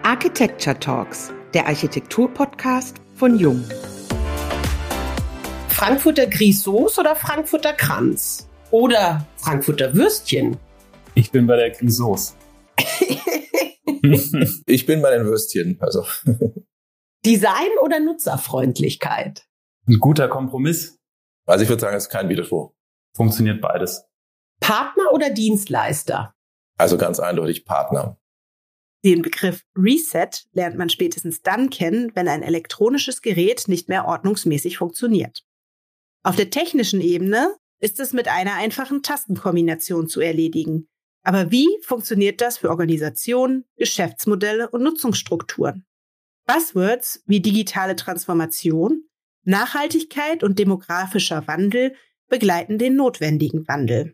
Architecture Talks, der Architektur-Podcast von Jung. Frankfurter Grisauce oder Frankfurter Kranz? Oder Frankfurter Würstchen? Ich bin bei der Grisauce. Ich bin bei den Würstchen. Also. Design oder Nutzerfreundlichkeit? Ein guter Kompromiss. Also ich würde sagen, es ist kein Widerspruch. Funktioniert beides. Partner oder Dienstleister? Also ganz eindeutig Partner. Den Begriff Reset lernt man spätestens dann kennen, wenn ein elektronisches Gerät nicht mehr ordnungsmäßig funktioniert. Auf der technischen Ebene ist es mit einer einfachen Tastenkombination zu erledigen. Aber wie funktioniert das für Organisationen, Geschäftsmodelle und Nutzungsstrukturen? Buzzwords wie digitale Transformation, Nachhaltigkeit und demografischer Wandel begleiten den notwendigen Wandel.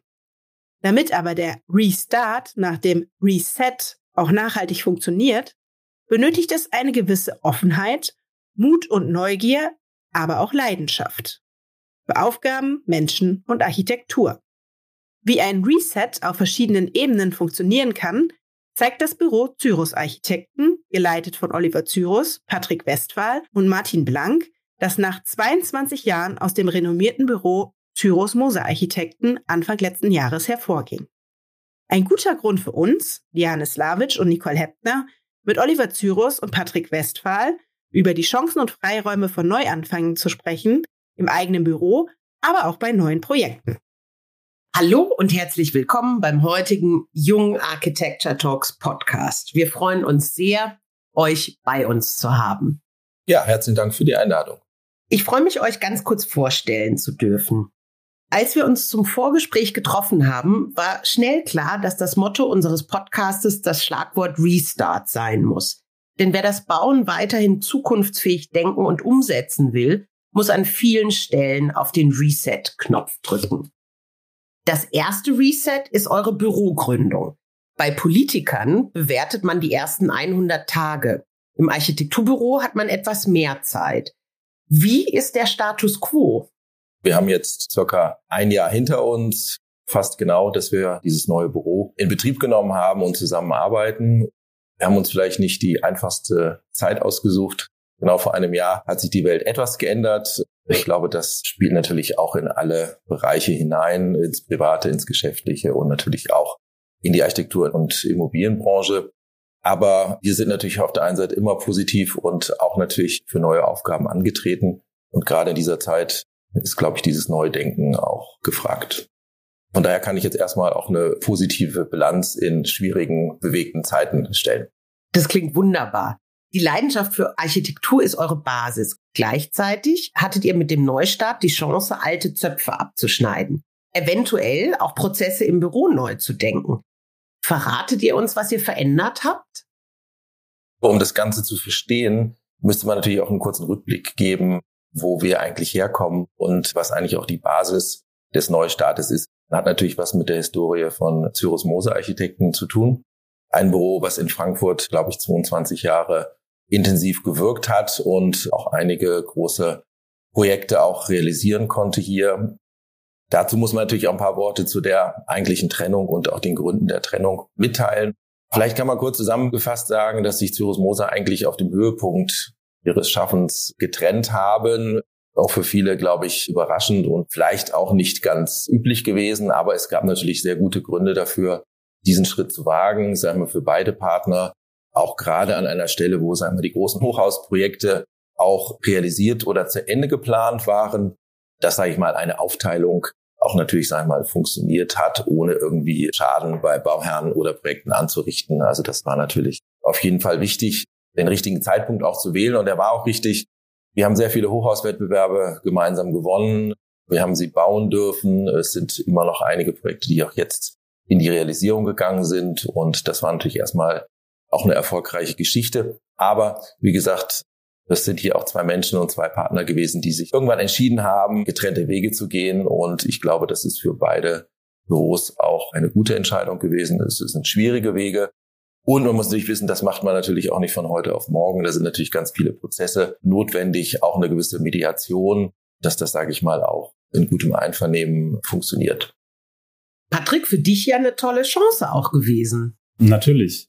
Damit aber der Restart nach dem Reset auch nachhaltig funktioniert, benötigt es eine gewisse Offenheit, Mut und Neugier, aber auch Leidenschaft für Aufgaben, Menschen und Architektur. Wie ein Reset auf verschiedenen Ebenen funktionieren kann, zeigt das Büro Cyrus Architekten, geleitet von Oliver Cyrus, Patrick Westphal und Martin Blank, das nach 22 Jahren aus dem renommierten Büro Cyrus Moser Architekten Anfang letzten Jahres hervorging. Ein guter Grund für uns, Diane Slavic und Nicole Heppner, mit Oliver Cyrus und Patrick Westphal über die Chancen und Freiräume von Neuanfängen zu sprechen, im eigenen Büro, aber auch bei neuen Projekten. Hallo und herzlich willkommen beim heutigen Jung Architecture Talks Podcast. Wir freuen uns sehr, euch bei uns zu haben. Ja, herzlichen Dank für die Einladung. Ich freue mich, euch ganz kurz vorstellen zu dürfen. Als wir uns zum Vorgespräch getroffen haben, war schnell klar, dass das Motto unseres Podcastes das Schlagwort Restart sein muss. Denn wer das Bauen weiterhin zukunftsfähig denken und umsetzen will, muss an vielen Stellen auf den Reset-Knopf drücken. Das erste Reset ist eure Bürogründung. Bei Politikern bewertet man die ersten 100 Tage. Im Architekturbüro hat man etwas mehr Zeit. Wie ist der Status quo? Wir haben jetzt circa ein Jahr hinter uns, fast genau, dass wir dieses neue Büro in Betrieb genommen haben und zusammenarbeiten. Wir haben uns vielleicht nicht die einfachste Zeit ausgesucht. Genau vor einem Jahr hat sich die Welt etwas geändert. Ich glaube, das spielt natürlich auch in alle Bereiche hinein, ins Private, ins Geschäftliche und natürlich auch in die Architektur- und Immobilienbranche. Aber wir sind natürlich auf der einen Seite immer positiv und auch natürlich für neue Aufgaben angetreten. Und gerade in dieser Zeit ist, glaube ich, dieses Neudenken auch gefragt. Von daher kann ich jetzt erstmal auch eine positive Bilanz in schwierigen, bewegten Zeiten stellen. Das klingt wunderbar. Die Leidenschaft für Architektur ist eure Basis. Gleichzeitig hattet ihr mit dem Neustart die Chance, alte Zöpfe abzuschneiden. Eventuell auch Prozesse im Büro neu zu denken. Verratet ihr uns, was ihr verändert habt? Um das Ganze zu verstehen, müsste man natürlich auch einen kurzen Rückblick geben, wo wir eigentlich herkommen und was eigentlich auch die Basis des Neustartes ist. Das hat natürlich was mit der Historie von Cyrus Moser Architekten zu tun. Ein Büro, was in Frankfurt, glaube ich, 22 Jahre intensiv gewirkt hat und auch einige große Projekte auch realisieren konnte hier. Dazu muss man natürlich auch ein paar Worte zu der eigentlichen Trennung und auch den Gründen der Trennung mitteilen. Vielleicht kann man kurz zusammengefasst sagen, dass sich Cyrus Moser eigentlich auf dem Höhepunkt ihres Schaffens getrennt haben. Auch für viele, glaube ich, überraschend und vielleicht auch nicht ganz üblich gewesen. Aber es gab natürlich sehr gute Gründe dafür, diesen Schritt zu wagen, sagen wir, für beide Partner. Auch gerade an einer Stelle, wo, sagen wir, die großen Hochhausprojekte auch realisiert oder zu Ende geplant waren. Dass, sage ich mal, eine Aufteilung auch natürlich, sage ich mal, funktioniert hat, ohne irgendwie Schaden bei Bauherren oder Projekten anzurichten. Also das war natürlich auf jeden Fall wichtig, den richtigen Zeitpunkt auch zu wählen. Und der war auch richtig. Wir haben sehr viele Hochhauswettbewerbe gemeinsam gewonnen. Wir haben sie bauen dürfen. Es sind immer noch einige Projekte, die auch jetzt in die Realisierung gegangen sind. Und das war natürlich erstmal auch eine erfolgreiche Geschichte. Aber wie gesagt, das sind hier auch zwei Menschen und zwei Partner gewesen, die sich irgendwann entschieden haben, getrennte Wege zu gehen. Und ich glaube, das ist für beide Büros auch eine gute Entscheidung gewesen. Es sind schwierige Wege. Und man muss natürlich wissen, das macht man natürlich auch nicht von heute auf morgen. Da sind natürlich ganz viele Prozesse notwendig, auch eine gewisse Mediation, dass das, sage ich mal, auch in gutem Einvernehmen funktioniert. Patrick, für dich ja eine tolle Chance auch gewesen. Natürlich.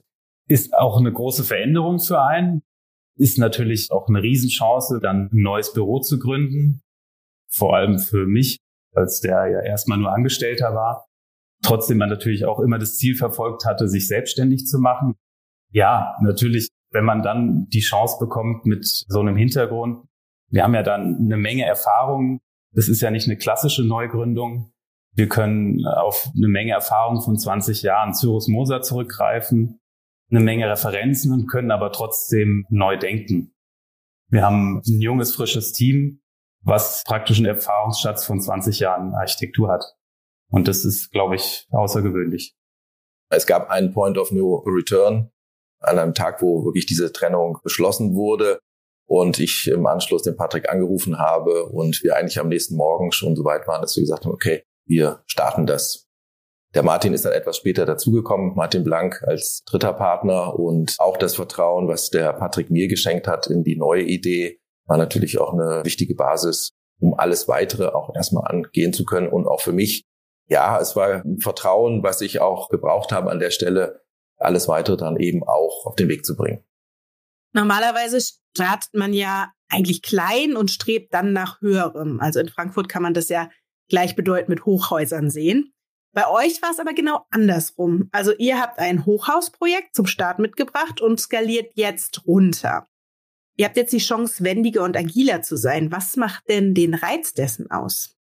Ist auch eine große Veränderung für einen. Ist natürlich auch eine Riesenchance, dann ein neues Büro zu gründen. Vor allem für mich, als der ja erstmal nur Angestellter war. Trotzdem man natürlich auch immer das Ziel verfolgt hatte, sich selbstständig zu machen. Ja, natürlich, wenn man dann die Chance bekommt mit so einem Hintergrund. Wir haben ja dann eine Menge Erfahrung. Das ist ja nicht eine klassische Neugründung. Wir können auf eine Menge Erfahrung von 20 Jahren Cyrus Moser zurückgreifen, eine Menge Referenzen und können aber trotzdem neu denken. Wir haben ein junges, frisches Team, was praktisch einen Erfahrungsschatz von 20 Jahren Architektur hat. Und das ist, glaube ich, außergewöhnlich. Es gab einen Point of No Return an einem Tag, wo wirklich diese Trennung beschlossen wurde und ich im Anschluss den Patrick angerufen habe und wir eigentlich am nächsten Morgen schon so weit waren, dass wir gesagt haben, okay, wir starten das. Der Martin ist dann etwas später dazugekommen, Martin Blank als dritter Partner, und auch das Vertrauen, was der Patrick mir geschenkt hat in die neue Idee, war natürlich auch eine wichtige Basis, um alles Weitere auch erstmal angehen zu können. Und auch für mich, ja, es war ein Vertrauen, was ich auch gebraucht habe an der Stelle, alles Weitere dann eben auch auf den Weg zu bringen. Normalerweise startet man ja eigentlich klein und strebt dann nach höherem. Also in Frankfurt kann man das ja gleichbedeutend mit Hochhäusern sehen. Bei euch war es aber genau andersrum. Also ihr habt ein Hochhausprojekt zum Start mitgebracht und skaliert jetzt runter. Ihr habt jetzt die Chance, wendiger und agiler zu sein. Was macht denn den Reiz dessen aus?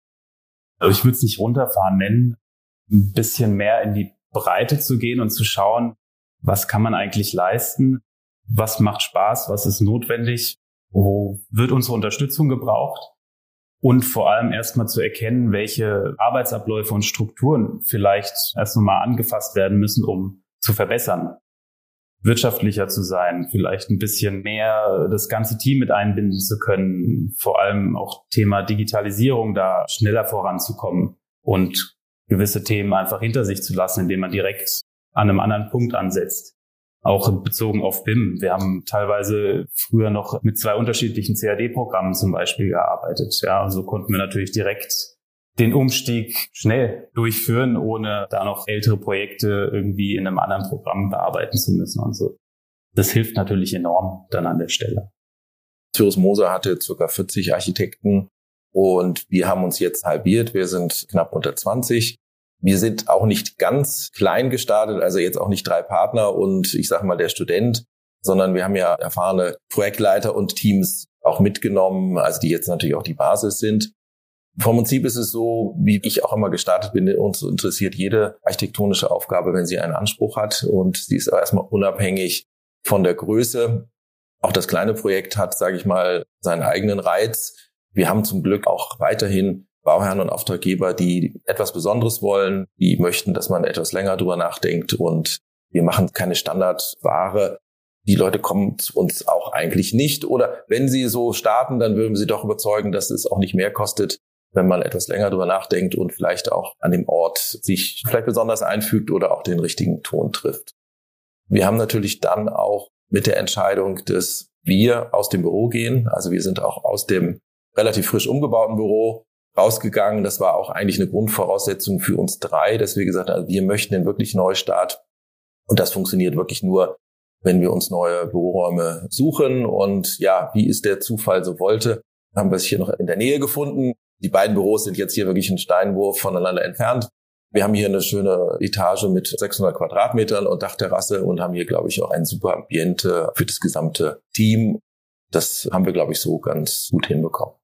Also ich würde es nicht runterfahren nennen, ein bisschen mehr in die Breite zu gehen und zu schauen, was kann man eigentlich leisten, was macht Spaß, was ist notwendig, wo wird unsere Unterstützung gebraucht und vor allem erstmal zu erkennen, welche Arbeitsabläufe und Strukturen vielleicht erst nochmal angefasst werden müssen, um zu verbessern, wirtschaftlicher zu sein, vielleicht ein bisschen mehr das ganze Team mit einbinden zu können, vor allem auch Thema Digitalisierung, da schneller voranzukommen und gewisse Themen einfach hinter sich zu lassen, indem man direkt an einem anderen Punkt ansetzt. Auch bezogen auf BIM. Wir haben teilweise früher noch mit 2 unterschiedlichen CAD-Programmen zum Beispiel gearbeitet. Ja, und so konnten wir natürlich direkt den Umstieg schnell durchführen, ohne da noch ältere Projekte irgendwie in einem anderen Programm bearbeiten zu müssen und so. Das hilft natürlich enorm dann an der Stelle. Cyrus Moser hatte ca. 40 Architekten und wir haben uns jetzt halbiert. Wir sind knapp unter 20. Wir sind auch nicht ganz klein gestartet, also jetzt auch nicht 3 Partner und ich sage mal der Student, sondern wir haben ja erfahrene Projektleiter und Teams auch mitgenommen, also die jetzt natürlich auch die Basis sind. Vom Prinzip ist es so, wie ich auch immer gestartet bin, uns interessiert jede architektonische Aufgabe, wenn sie einen Anspruch hat, und sie ist erstmal unabhängig von der Größe. Auch das kleine Projekt hat, sage ich mal, seinen eigenen Reiz. Wir haben zum Glück auch weiterhin Bauherren und Auftraggeber, die etwas Besonderes wollen, die möchten, dass man etwas länger drüber nachdenkt, und wir machen keine Standardware. Die Leute kommen zu uns auch eigentlich nicht, oder wenn sie so starten, dann würden sie doch überzeugen, dass es auch nicht mehr kostet, wenn man etwas länger drüber nachdenkt und vielleicht auch an dem Ort sich vielleicht besonders einfügt oder auch den richtigen Ton trifft. Wir haben natürlich dann auch mit der Entscheidung, dass wir aus dem Büro gehen, also wir sind auch aus dem relativ frisch umgebauten Büro rausgegangen. Das war auch eigentlich eine Grundvoraussetzung für uns 3, dass wir gesagt haben, wir möchten den wirklich Neustart. Und das funktioniert wirklich nur, wenn wir uns neue Büroräume suchen. Und ja, wie es der Zufall so wollte, haben wir es hier noch in der Nähe gefunden. Die beiden Büros sind jetzt hier wirklich einen Steinwurf voneinander entfernt. Wir haben hier eine schöne Etage mit 600 Quadratmetern und Dachterrasse und haben hier, glaube ich, auch ein super Ambiente für das gesamte Team. Das haben wir, glaube ich, so ganz gut hinbekommen.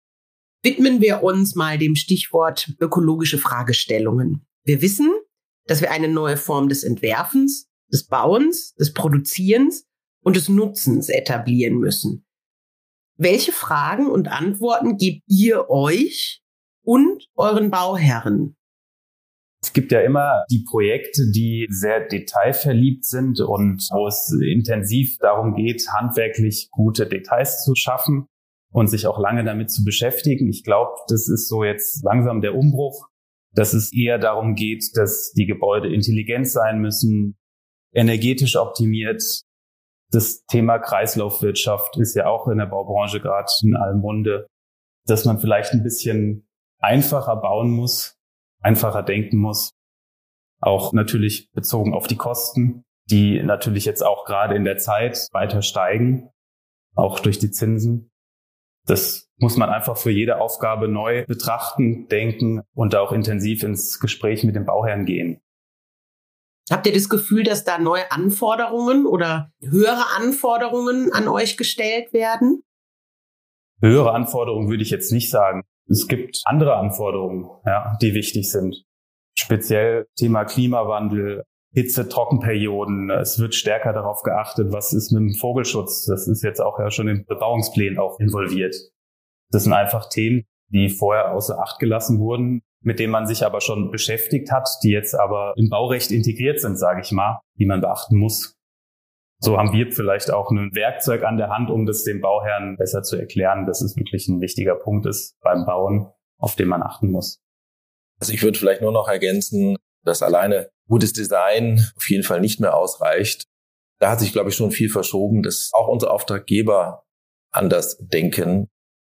Widmen wir uns mal dem Stichwort ökologische Fragestellungen. Wir wissen, dass wir eine neue Form des Entwerfens, des Bauens, des Produzierens und des Nutzens etablieren müssen. Welche Fragen und Antworten gebt ihr euch und euren Bauherren? Es gibt ja immer die Projekte, die sehr detailverliebt sind und wo es intensiv darum geht, handwerklich gute Details zu schaffen und sich auch lange damit zu beschäftigen. Ich glaube, das ist so jetzt langsam der Umbruch, dass es eher darum geht, dass die Gebäude intelligent sein müssen, energetisch optimiert. Das Thema Kreislaufwirtschaft ist ja auch in der Baubranche gerade in allem Munde, dass man vielleicht ein bisschen einfacher bauen muss, einfacher denken muss. Auch natürlich bezogen auf die Kosten. die natürlich jetzt auch gerade in der Zeit weiter steigen, auch durch die Zinsen. Das muss man einfach für jede Aufgabe neu betrachten, denken und auch intensiv ins Gespräch mit dem Bauherrn gehen. Habt ihr das Gefühl, dass da neue Anforderungen oder höhere Anforderungen an euch gestellt werden? Höhere Anforderungen würde ich jetzt nicht sagen. Es gibt andere Anforderungen, ja, die wichtig sind. Speziell Thema Klimawandel, Hitze, Trockenperioden. Es wird stärker darauf geachtet, was ist mit dem Vogelschutz. Das ist jetzt auch ja schon in Bebauungsplänen auch involviert. Das sind einfach Themen, die vorher außer Acht gelassen wurden, mit denen man sich aber schon beschäftigt hat, die jetzt aber im Baurecht integriert sind, sage ich mal, die man beachten muss. So haben wir vielleicht auch ein Werkzeug an der Hand, um das dem Bauherrn besser zu erklären, dass es wirklich ein wichtiger Punkt ist beim Bauen, auf den man achten muss. Also ich würde vielleicht nur noch ergänzen, dass alleine gutes Design auf jeden Fall nicht mehr ausreicht. Da hat sich, glaube ich, schon viel verschoben, dass auch unsere Auftraggeber anders denken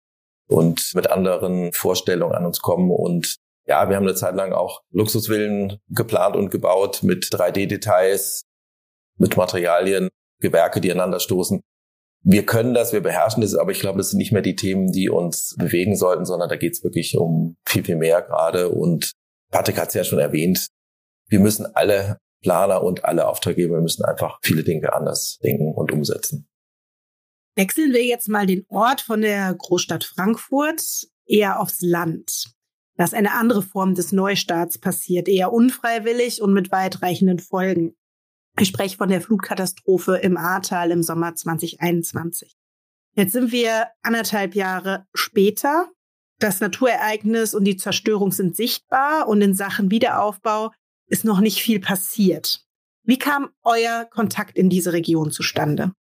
und mit anderen Vorstellungen an uns kommen. Und ja, wir haben eine Zeit lang auch Luxusvillen geplant und gebaut mit 3D-Details, mit Materialien, Gewerke, die aneinander stoßen. Wir können das, wir beherrschen das, aber ich glaube, das sind nicht mehr die Themen, die uns bewegen sollten, sondern da geht es wirklich um viel, viel mehr gerade. Und Patrick hat es ja schon erwähnt, wir müssen alle Planer und alle Auftraggeber, wir müssen einfach viele Dinge anders denken und umsetzen. Wechseln wir jetzt mal den Ort von der Großstadt Frankfurt eher aufs Land. Da ist eine andere Form des Neustarts passiert, eher unfreiwillig und mit weitreichenden Folgen. Ich spreche von der Flutkatastrophe im Ahrtal im Sommer 2021. Jetzt sind wir 1,5 Jahre später. Das Naturereignis und die Zerstörung sind sichtbar und in Sachen Wiederaufbau ist noch nicht viel passiert. Wie kam euer Kontakt in diese Region zustande?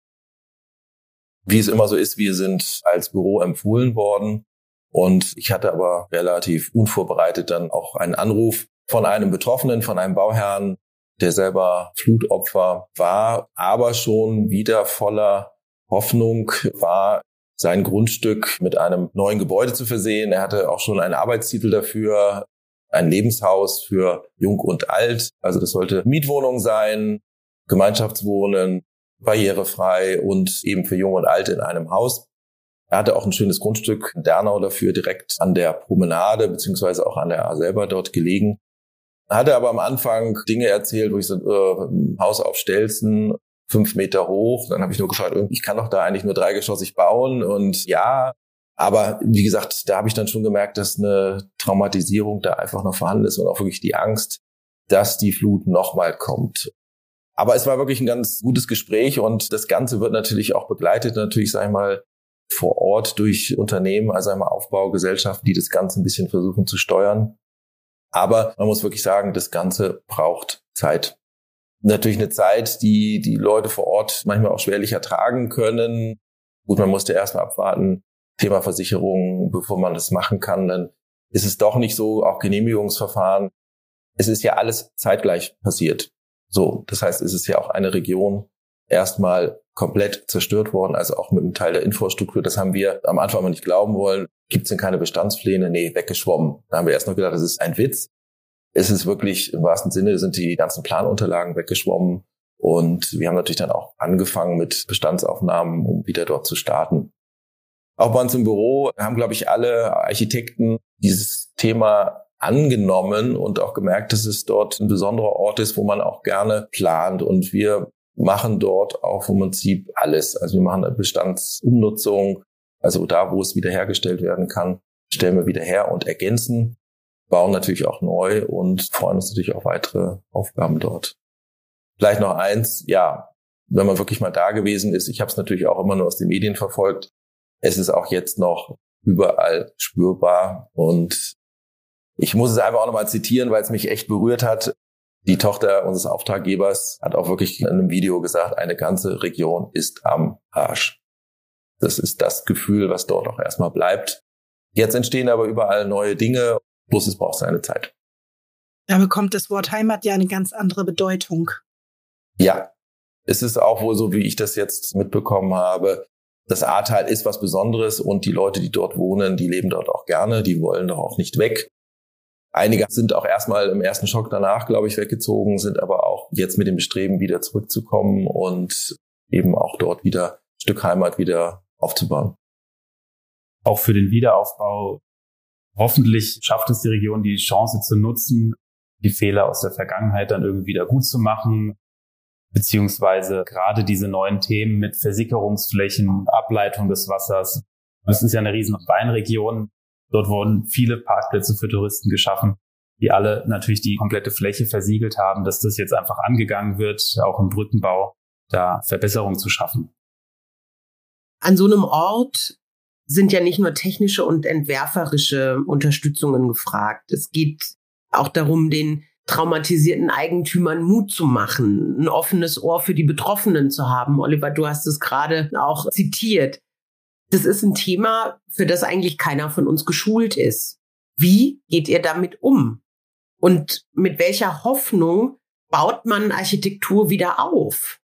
Wie es immer so ist, wir sind als Büro empfohlen worden und ich hatte aber relativ unvorbereitet dann auch einen Anruf von einem Betroffenen, von einem Bauherrn, der selber Flutopfer war, aber schon wieder voller Hoffnung war, sein Grundstück mit einem neuen Gebäude zu versehen. Er hatte auch schon einen Arbeitstitel dafür, ein Lebenshaus für Jung und Alt. Also das sollte Mietwohnung sein, Gemeinschaftswohnen, barrierefrei und eben für Jung und Alt in einem Haus. Er hatte auch ein schönes Grundstück in Dernau dafür, direkt an der Promenade beziehungsweise auch an der A selber dort gelegen. Hatte aber am Anfang Dinge erzählt, wo ich so, Haus auf Stelzen, 5 Meter hoch. Dann habe ich nur gefragt, ich kann doch da eigentlich nur 3-geschossig bauen. Und ja, aber wie gesagt, da habe ich dann schon gemerkt, dass eine Traumatisierung da einfach noch vorhanden ist und auch wirklich die Angst, dass die Flut nochmal kommt. Aber es war wirklich ein ganz gutes Gespräch und das Ganze wird natürlich auch begleitet, natürlich, sag ich mal, vor Ort durch Unternehmen, also einmal Aufbaugesellschaften, die das Ganze ein bisschen versuchen zu steuern. Aber man muss wirklich sagen, das Ganze braucht Zeit. Natürlich eine Zeit, die die Leute vor Ort manchmal auch schwerlich ertragen können. Gut, man musste erstmal abwarten, Thema Versicherung, bevor man das machen kann. Dann ist es doch nicht so, auch Genehmigungsverfahren. Es ist ja alles zeitgleich passiert. So, das heißt, es ist ja auch eine Region erstmal komplett zerstört worden, also auch mit einem Teil der Infrastruktur. Das haben wir am Anfang mal nicht glauben wollen. Gibt es denn keine Bestandspläne? Nee, weggeschwommen. Da haben wir erst noch gedacht, das ist ein Witz. Es ist wirklich, im wahrsten Sinne, sind die ganzen Planunterlagen weggeschwommen. Und wir haben natürlich dann auch angefangen mit Bestandsaufnahmen, um wieder dort zu starten. Auch bei uns im Büro haben, glaube ich, alle Architekten dieses Thema angenommen und auch gemerkt, dass es dort ein besonderer Ort ist, wo man auch gerne plant. Und wir machen dort auch im Prinzip alles. Also wir machen eine Bestandsumnutzung, also da, wo es wiederhergestellt werden kann, stellen wir wieder her und ergänzen, bauen natürlich auch neu und freuen uns natürlich auf weitere Aufgaben dort. Vielleicht noch eins, ja, wenn man wirklich mal da gewesen ist, ich habe es natürlich auch immer nur aus den Medien verfolgt, es ist auch jetzt noch überall spürbar und ich muss es einfach auch nochmal zitieren, weil es mich echt berührt hat. Die Tochter unseres Auftraggebers hat auch wirklich in einem Video gesagt, eine ganze Region ist am Arsch. Das ist das Gefühl, was dort auch erstmal bleibt. Jetzt entstehen aber überall neue Dinge, bloß es braucht seine Zeit. Da bekommt das Wort Heimat ja eine ganz andere Bedeutung. Ja, es ist auch wohl so, wie ich das jetzt mitbekommen habe. Das Ahrtal ist was Besonderes und die Leute, die dort wohnen, die leben dort auch gerne, die wollen doch auch nicht weg. Einige sind auch erstmal im ersten Schock danach, glaube ich, weggezogen, sind aber auch jetzt mit dem Bestreben, wieder zurückzukommen und eben auch dort wieder ein Stück Heimat wieder aufzubauen. Auch für den Wiederaufbau, hoffentlich schafft es die Region, die Chance zu nutzen, die Fehler aus der Vergangenheit dann irgendwie wieder gut zu machen, beziehungsweise gerade diese neuen Themen mit Versickerungsflächen, Ableitung des Wassers. Das ist ja eine riesen Weinregion. Dort wurden viele Parkplätze für Touristen geschaffen, die alle natürlich die komplette Fläche versiegelt haben, dass das jetzt einfach angegangen wird, auch im Brückenbau, da Verbesserungen zu schaffen. An so einem Ort sind ja nicht nur technische und entwerferische Unterstützungen gefragt. Es geht auch darum, den traumatisierten Eigentümern Mut zu machen, ein offenes Ohr für die Betroffenen zu haben. Oliver, du hast es gerade auch zitiert. Das ist ein Thema, für das eigentlich keiner von uns geschult ist. Wie geht ihr damit um? Und mit welcher Hoffnung baut man Architektur wieder auf?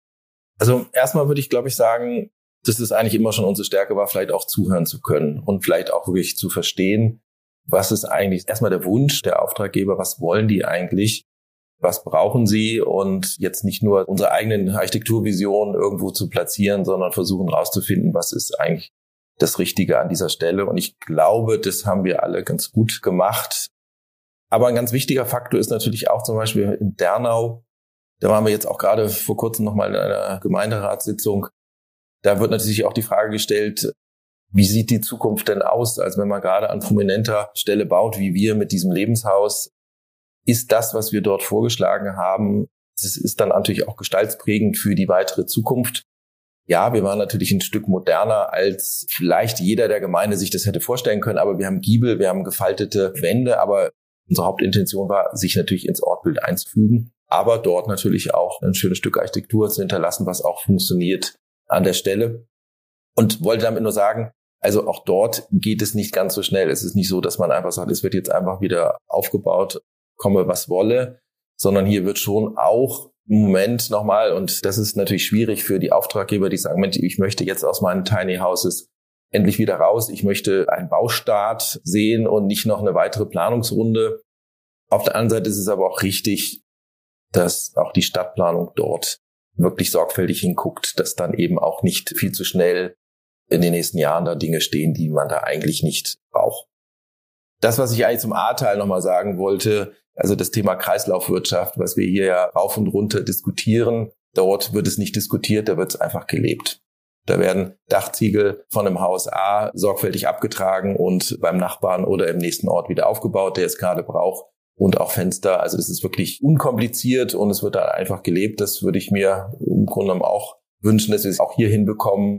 Also erstmal würde ich, glaube ich, sagen, dass es eigentlich immer schon unsere Stärke war, vielleicht auch zuhören zu können und vielleicht auch wirklich zu verstehen, was ist eigentlich erstmal der Wunsch der Auftraggeber, was wollen die eigentlich, was brauchen sie und jetzt nicht nur unsere eigenen Architekturvision irgendwo zu platzieren, sondern versuchen rauszufinden, was ist eigentlich das Richtige an dieser Stelle. Und ich glaube, das haben wir alle ganz gut gemacht. Aber ein ganz wichtiger Faktor ist natürlich auch zum Beispiel in Dernau, da waren wir jetzt auch gerade vor kurzem nochmal in einer Gemeinderatssitzung, da wird natürlich auch die Frage gestellt, wie sieht die Zukunft denn aus? Also wenn man gerade an prominenter Stelle baut, wie wir mit diesem Lebenshaus, ist das, was wir dort vorgeschlagen haben, das ist dann natürlich auch gestaltsprägend für die weitere Zukunft. Ja, wir waren natürlich ein Stück moderner, als vielleicht jeder der Gemeinde sich das hätte vorstellen können, aber wir haben Giebel, wir haben gefaltete Wände, aber unsere Hauptintention war, sich natürlich ins Ortbild einzufügen, aber dort natürlich auch ein schönes Stück Architektur zu hinterlassen, was auch funktioniert an der Stelle. Und wollte damit nur sagen, also auch dort geht es nicht ganz so schnell. Es ist nicht so, dass man einfach sagt, es wird jetzt einfach wieder aufgebaut, komme was wolle, sondern hier wird schon auch im Moment nochmal, und das ist natürlich schwierig für die Auftraggeber, die sagen, Mensch, ich möchte jetzt aus meinen Tiny Houses endlich wieder raus. Ich möchte einen Baustart sehen und nicht noch eine weitere Planungsrunde. Auf der anderen Seite ist es aber auch richtig, dass auch die Stadtplanung dort wirklich sorgfältig hinguckt, dass dann eben auch nicht viel zu schnell in den nächsten Jahren da Dinge stehen, die man da eigentlich nicht braucht. Das, was ich eigentlich zum A-Teil nochmal sagen wollte, also das Thema Kreislaufwirtschaft, was wir hier ja rauf und runter diskutieren, dort wird es nicht diskutiert, da wird es einfach gelebt. Da werden Dachziegel von einem Haus A sorgfältig abgetragen und beim Nachbarn oder im nächsten Ort wieder aufgebaut, der es gerade braucht. Und auch Fenster, also es ist wirklich unkompliziert und es wird da einfach gelebt. Das würde ich mir im Grunde genommen auch wünschen, dass wir es auch hier hinbekommen.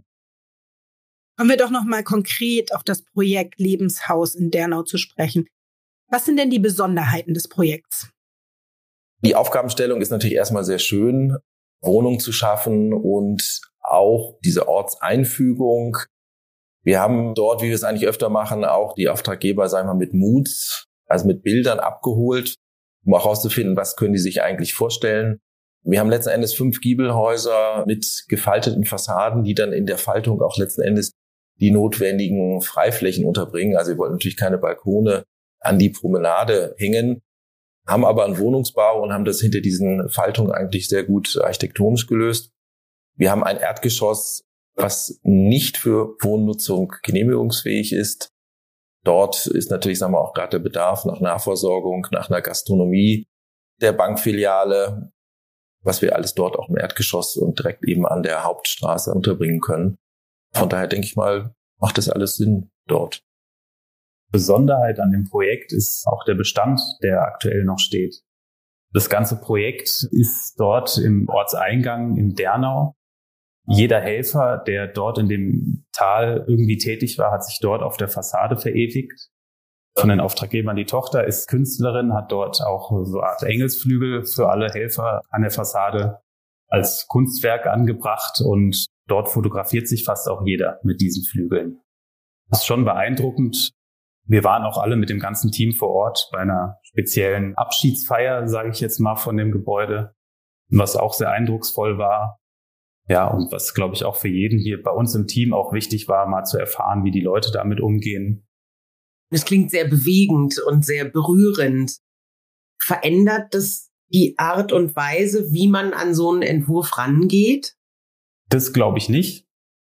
Kommen wir doch noch mal konkret auf das Projekt Lebenshaus in Dernau zu sprechen. Was sind denn die Besonderheiten des Projekts? Die Aufgabenstellung ist natürlich erstmal sehr schön, Wohnungen zu schaffen und auch diese Ortseinfügung. Wir haben dort, wie wir es eigentlich öfter machen, auch die Auftraggeber, sagen wir mal, mit Moods, also mit Bildern abgeholt, um auch herauszufinden, was können die sich eigentlich vorstellen. Wir haben letzten Endes 5 Giebelhäuser mit gefalteten Fassaden, die dann in der Faltung auch letzten Endes die notwendigen Freiflächen unterbringen. Also wir wollten natürlich keine Balkone an die Promenade hängen, haben aber einen Wohnungsbau und haben das hinter diesen Faltungen eigentlich sehr gut architektonisch gelöst. Wir haben ein Erdgeschoss, was nicht für Wohnnutzung genehmigungsfähig ist. Dort ist natürlich, sagen wir, auch gerade der Bedarf nach Nahversorgung, nach einer Gastronomie, der Bankfiliale, was wir alles dort auch im Erdgeschoss und direkt eben an der Hauptstraße unterbringen können. Von daher denke ich mal, macht das alles Sinn dort. Besonderheit an dem Projekt ist auch der Bestand, der aktuell noch steht. Das ganze Projekt ist dort im Ortseingang in Dernau. Jeder Helfer, der dort in dem Tal irgendwie tätig war, hat sich dort auf der Fassade verewigt. Von den Auftraggebern die Tochter ist Künstlerin, hat dort auch so eine Art Engelsflügel für alle Helfer an der Fassade als Kunstwerk angebracht und dort fotografiert sich fast auch jeder mit diesen Flügeln. Das ist schon beeindruckend. Wir waren auch alle mit dem ganzen Team vor Ort bei einer speziellen Abschiedsfeier, sage ich jetzt mal, von dem Gebäude, was auch sehr eindrucksvoll war. Ja, und was, glaube ich, auch für jeden hier bei uns im Team auch wichtig war, mal zu erfahren, wie die Leute damit umgehen. Das klingt sehr bewegend und sehr berührend. Verändert das die Art und Weise, wie man an so einen Entwurf rangeht? Das glaube ich nicht.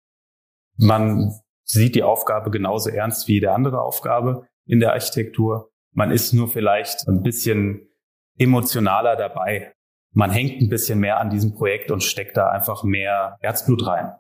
Man sieht die Aufgabe genauso ernst wie jede andere Aufgabe in der Architektur. Man ist nur vielleicht ein bisschen emotionaler dabei. Man hängt ein bisschen mehr an diesem Projekt und steckt da einfach mehr Herzblut rein.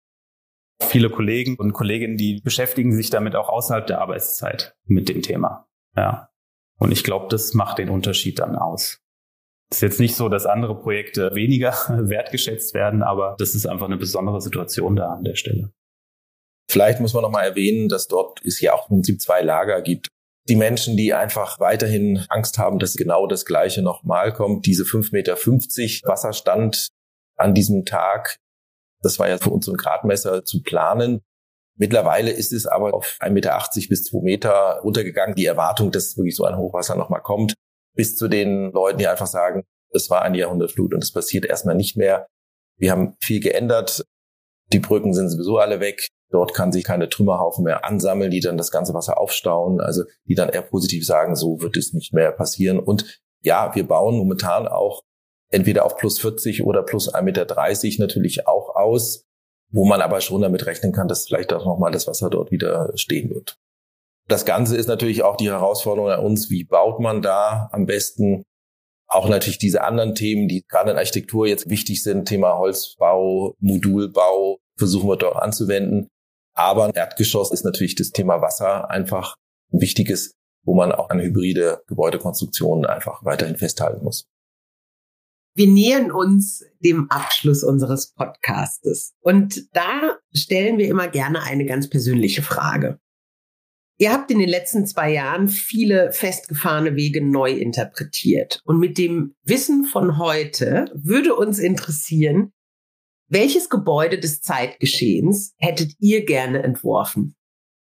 Viele Kollegen und Kolleginnen, die beschäftigen sich damit auch außerhalb der Arbeitszeit mit dem Thema. Ja. Und ich glaube, das macht den Unterschied dann aus. Es ist jetzt nicht so, dass andere Projekte weniger wertgeschätzt werden, aber das ist einfach eine besondere Situation da an der Stelle. Vielleicht muss man noch mal erwähnen, dass dort es ja auch im Prinzip 2 Lager gibt. Die Menschen, die einfach weiterhin Angst haben, dass genau das Gleiche nochmal kommt. Diese 5,50 Meter Wasserstand an diesem Tag, das war ja für uns so ein Gradmesser zu planen. Mittlerweile ist es aber auf 1,80 Meter bis 2 Meter runtergegangen. Die Erwartung, dass wirklich so ein Hochwasser nochmal kommt, bis zu den Leuten, die einfach sagen, das war eine Jahrhundertflut und es passiert erstmal nicht mehr. Wir haben viel geändert. Die Brücken sind sowieso alle weg. Dort kann sich keine Trümmerhaufen mehr ansammeln, die dann das ganze Wasser aufstauen. Also die dann eher positiv sagen, so wird es nicht mehr passieren. Und ja, wir bauen momentan auch entweder auf plus 40 oder plus 1,30 Meter natürlich auch aus, wo man aber schon damit rechnen kann, dass vielleicht auch nochmal das Wasser dort wieder stehen wird. Das Ganze ist natürlich auch die Herausforderung an uns, wie baut man da am besten? Auch natürlich diese anderen Themen, die gerade in Architektur jetzt wichtig sind, Thema Holzbau, Modulbau, versuchen wir dort anzuwenden. Aber im Erdgeschoss ist natürlich das Thema Wasser einfach ein wichtiges, wo man auch an hybride Gebäudekonstruktionen einfach weiterhin festhalten muss. Wir nähern uns dem Abschluss unseres Podcastes und da stellen wir immer gerne eine ganz persönliche Frage. Ihr habt in den letzten 2 Jahren viele festgefahrene Wege neu interpretiert und mit dem Wissen von heute würde uns interessieren, welches Gebäude des Zeitgeschehens hättet ihr gerne entworfen?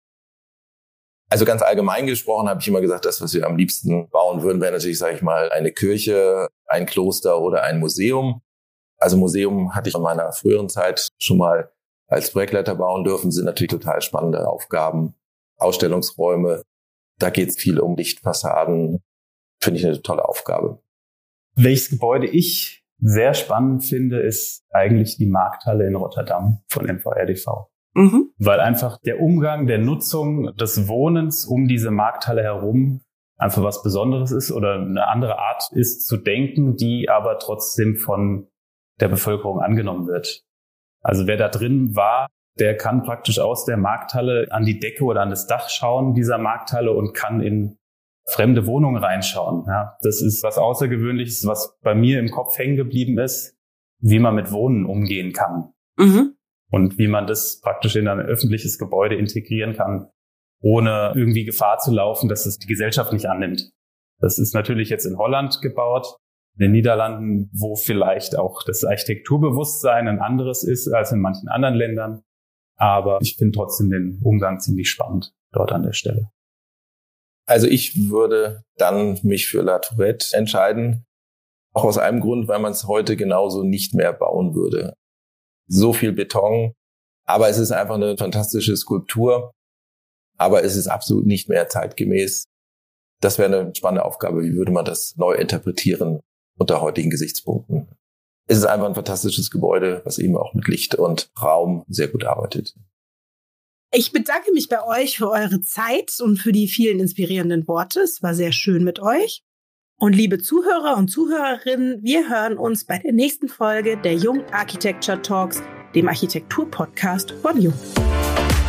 Also ganz allgemein gesprochen habe ich immer gesagt, das, was wir am liebsten bauen würden, wäre natürlich, sage ich mal, eine Kirche, ein Kloster oder ein Museum. Also Museum hatte ich in meiner früheren Zeit schon mal als Projektleiter bauen dürfen, sind natürlich total spannende Aufgaben. Ausstellungsräume, da geht es viel um Lichtfassaden, finde ich eine tolle Aufgabe. Welches Gebäude ich sehr spannend finde, ist eigentlich die Markthalle in Rotterdam von MVRDV. Weil einfach der Umgang, der Nutzung des Wohnens um diese Markthalle herum einfach was Besonderes ist oder eine andere Art ist zu denken, die aber trotzdem von der Bevölkerung angenommen wird. Also wer da drin war, der kann praktisch aus der Markthalle an die Decke oder an das Dach schauen dieser Markthalle und kann in fremde Wohnungen reinschauen. Ja, das ist was Außergewöhnliches, was bei mir im Kopf hängen geblieben ist, wie man mit Wohnen umgehen kann. Und wie man das praktisch in ein öffentliches Gebäude integrieren kann, ohne irgendwie Gefahr zu laufen, dass es die Gesellschaft nicht annimmt. Das ist natürlich jetzt in Holland gebaut, in den Niederlanden, wo vielleicht auch das Architekturbewusstsein ein anderes ist als in manchen anderen Ländern. Aber ich finde trotzdem den Umgang ziemlich spannend dort an der Stelle. Also ich würde dann mich für La Tourette entscheiden. Auch aus einem Grund, weil man es heute genauso nicht mehr bauen würde. So viel Beton, aber es ist einfach eine fantastische Skulptur. Aber es ist absolut nicht mehr zeitgemäß. Das wäre eine spannende Aufgabe. Wie würde man das neu interpretieren unter heutigen Gesichtspunkten? Es ist einfach ein fantastisches Gebäude, was eben auch mit Licht und Raum sehr gut arbeitet. Ich bedanke mich bei euch für eure Zeit und für die vielen inspirierenden Worte. Es war sehr schön mit euch. Und liebe Zuhörer und Zuhörerinnen, wir hören uns bei der nächsten Folge der Jung Architecture Talks, dem Architektur-Podcast von Jung.